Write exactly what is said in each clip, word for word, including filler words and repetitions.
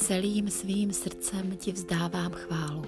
Celým svým srdcem ti vzdávám chválu.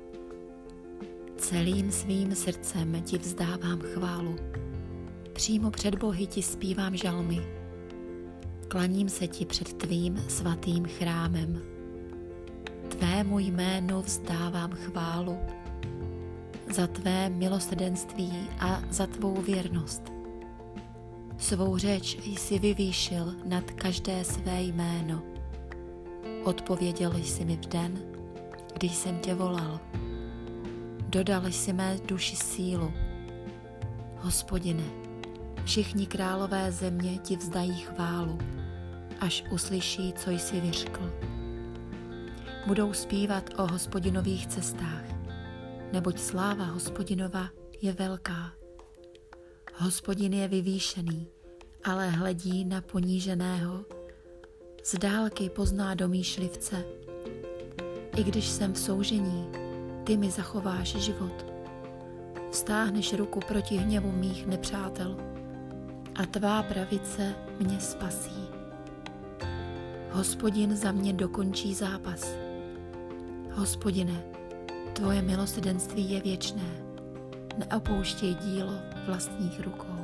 Celým svým srdcem ti vzdávám chválu. Přímo před Bohy ti zpívám žalmy. Klaním se ti před tvým svatým chrámem. Tvému jménu vzdávám chválu. Za tvé milosrdenství a za tvou věrnost. Svou řeč jsi vyvýšil nad každé své jméno. Odpověděl jsi mi v den, když jsem tě volal. Dodal jsi mé duši sílu. Hospodine, všichni králové země ti vzdají chválu, až uslyší, co jsi vyřkl. Budou zpívat o Hospodinových cestách, neboť sláva Hospodinova je velká. Hospodin je vyvýšený, ale hledí na poníženého. Z dálky pozná domýšlivce. I když jsem v soužení, ty mi zachováš život. Vztáhneš ruku proti hněvu mých nepřátel a tvá pravice mě spasí. Hospodin za mě dokončí zápas. Hospodine, tvoje milosrdenství je věčné. Neopouštěj dílo vlastních rukou.